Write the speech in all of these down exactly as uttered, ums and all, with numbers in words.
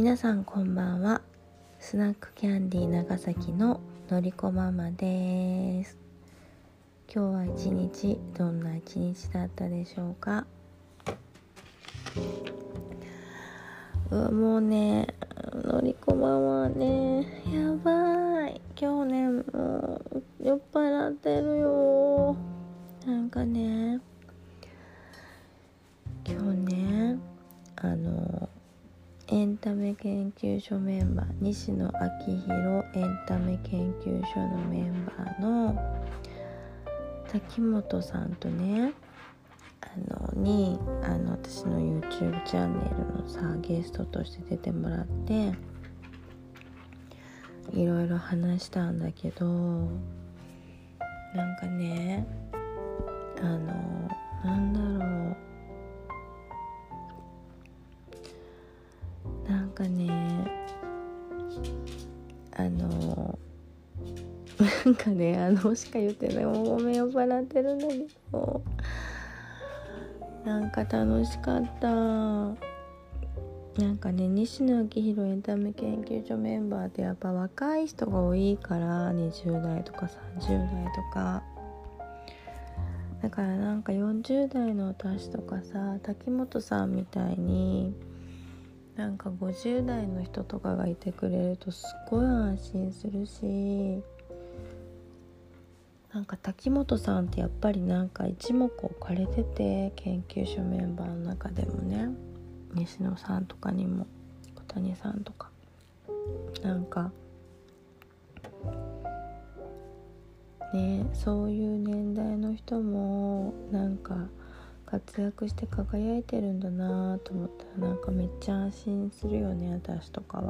皆さんこんばんは。スナックキャンディー長崎ののりこママです。今日は一日どんな一日だったでしょうか。うわもうねのりこママはねやばい。今日ねもう酔っ払ってるよ。なんかね今日ねあのエンタメ研究所メンバー西野昭弘エンタメ研究所のメンバーの滝本さんとねあのにあの私の YouTube チャンネルのさゲストとして出てもらっていろいろ話したんだけど、なんかねあのなんだろうなんかねあのなんかねあのしか言ってないもうごめん酔っ払ってるんだけどなんか楽しかった。なんかね西野昭弘エンタメ研究所メンバーってやっぱ若い人が多いからにじゅう代とかさんじゅう代とかだからなんかよんじゅう代の私とかさ滝本さんみたいになんかごじゅう代の人とかがいてくれるとすっごい安心するし、なんか滝本さんってやっぱりなんか一目置かれてて研究所メンバーの中でもね西野さんとかにも小谷さんとかなんかねそういう年代の人もなんか活躍して輝いてるんだなと思ったらなんかめっちゃ安心するよね私とかは。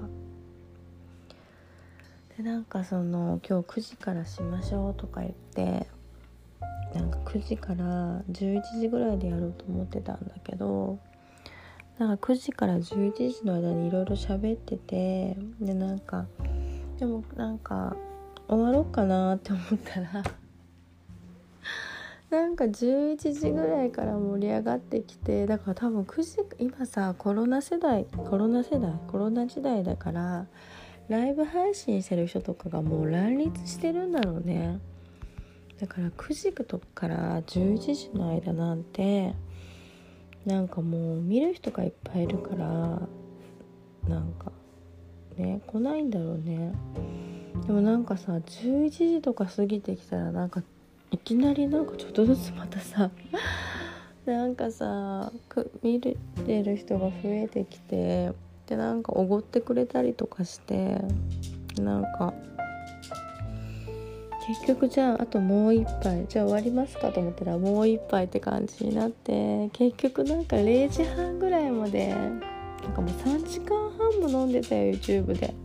でなんかその今日くじからしましょうとか言ってなんかくじからじゅういちじぐらいでやろうと思ってたんだけどなんかくじからじゅういちじの間にいろいろ喋っててでなんかでもなんか終わろうかなって思ったらなんかじゅういちじぐらいから盛り上がってきてだから多分くじ今さコロナ世代コロナ世代コロナ時代だからライブ配信してる人とかがもう乱立してるんだろうね。だからくじとかからじゅういちじの間なんてなんかもう見る人がいっぱいいるからなんかね来ないんだろうね。でもなんかさじゅういちじとか過ぎてきたらなんかいきなりなんかちょっとずつまたさなんかさ見てる人が増えてきてでなんかおごってくれたりとかしてなんか結局じゃああともう一杯じゃあ終わりますかと思ったらもう一杯って感じになって結局なんかれいじはんぐらいまでなんかもうさんじかんはんも飲んでたよ YouTube で。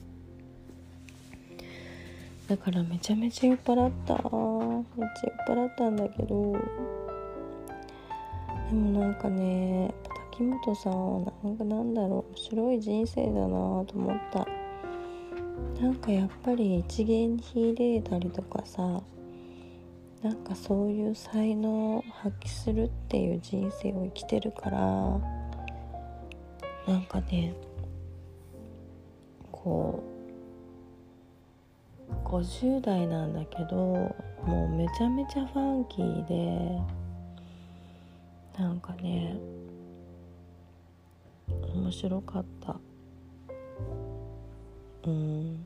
だからめちゃめちゃ酔っ払っためっちゃ酔っ払ったんだけどでもなんかね滝本さんなんかなんだろう面白い人生だなと思った。なんかやっぱり一芸に秀でたりとかさなんかそういう才能を発揮するっていう人生を生きてるからなんかねこうごじゅう代なんだけどもうめちゃめちゃファンキーでなんかね面白かった。うん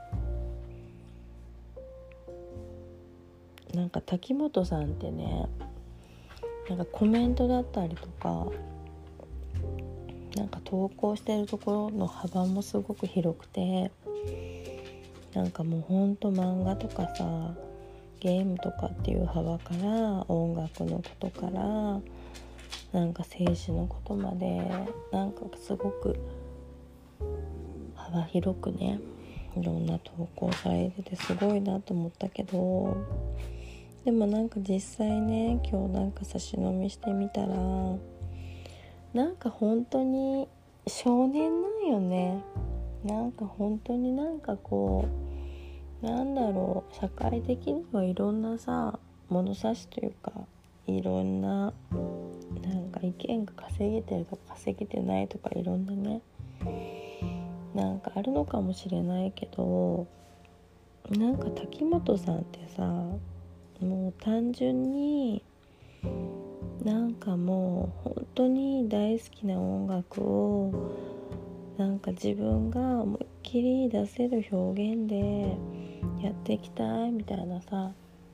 なんか滝本さんってねなんかコメントだったりとかなんか投稿してるところの幅もすごく広くてなんかもうほんと漫画とかさゲームとかっていう幅から音楽のことからなんか政治のことまでなんかすごく幅広くねいろんな投稿されててすごいなと思ったけどでもなんか実際ね今日なんか差し飲みしてみたらなんか本当に少年なんよね。なんか本当になんかこうなんだろう社会的にはいろんなさ物差しというかいろんななんか意見が稼げてるとか稼げてないとかいろんなねなんかあるのかもしれないけど、なんか滝本さんってさ、もう単純になんかもう本当に大好きな音楽をなんか自分が思いっきり出せる表現でやっていきたいみたいなさ、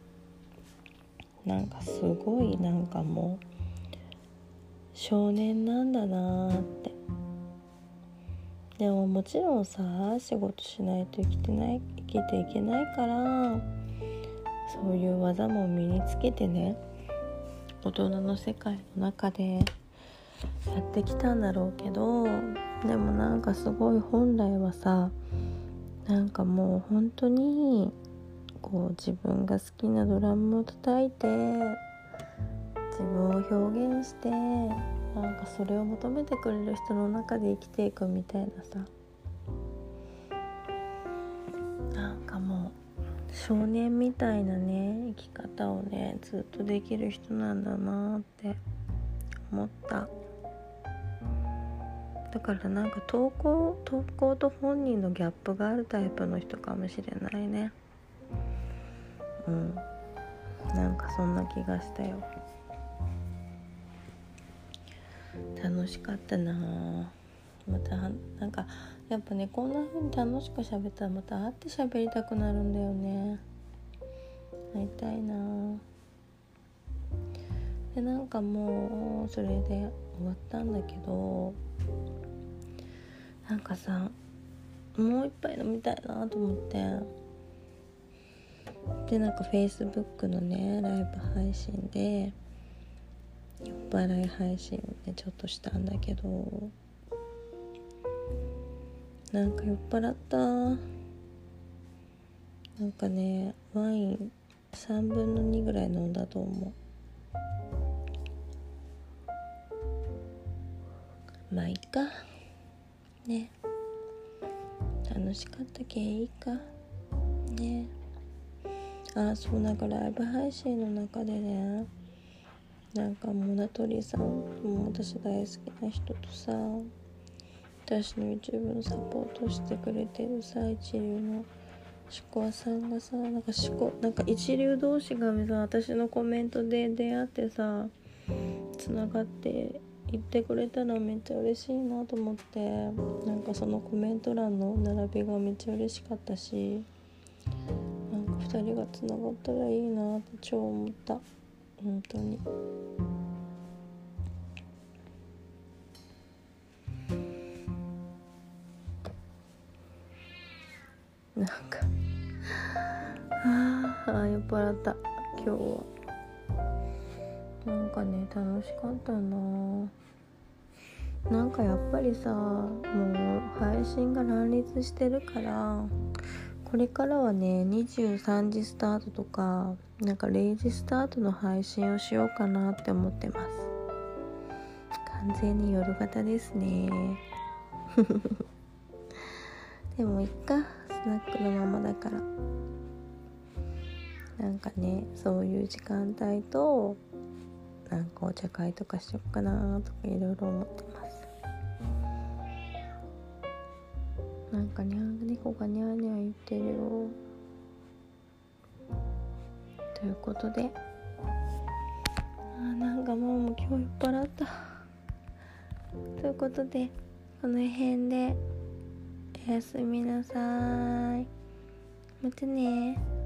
なんかすごいなんかもう少年なんだなって。でももちろんさ、仕事しないと生きてない生きていけないから、そういう技も身につけてね、大人の世界の中でやってきたんだろうけど、でもなんかすごい本来はさ、なんかもう本当にこう自分が好きなドラムを叩いて自分を表現して、なんかそれを求めてくれる人の中で生きていくみたいなさ、なんかもう少年みたいなね生き方をねずっとできる人なんだなって思った。だからなんか投稿投稿と本人のギャップがあるタイプの人かもしれないね。うん、なんかそんな気がしたよ。楽しかったな。またなんかやっぱね、こんな風に楽しく喋ったらまた会って喋りたくなるんだよね。会いたいな。でなんかもうそれで終わったんだけど、なんかさ、もう一杯飲みたいなと思って、でなんか Facebook のねライブ配信で酔っ払い配信をねちょっとしたんだけど、なんか酔っ払った。なんかねワインさんぶんのにぐらい飲んだと思う。まあいいかね、楽しかったけいいかね。あ、そう、なんかライブ配信の中でね、なんかモナトリさん、もう私大好きな人とさ、私の YouTube のサポートしてくれてるさ、一流のシコアさんがさ、なんかシコなんか一流同士がさ、私のコメントで出会ってさ、つながって言ってくれたのめっちゃ嬉しいなと思って、なんかそのコメント欄の並びがめっちゃ嬉しかったし、なんかふたりがつながったらいいなって超思った。本当になんかああ酔っ払った今日は。なんかね楽しかったな。なんかやっぱりさ、もう配信が乱立してるから、これからはねにじゅうさんじスタートとかなんかれいじスタートの配信をしようかなって思ってます。完全に夜型ですねでもいっか、スナックのままだから。なんかねそういう時間帯となんかお茶会とかしよっかなとかいろいろ思ってます。なんかにゃん猫がニャーニャー言ってるよ。ということで、あなんかもうもう今日酔っ払ったということで、この辺でおやすみなさい。またね。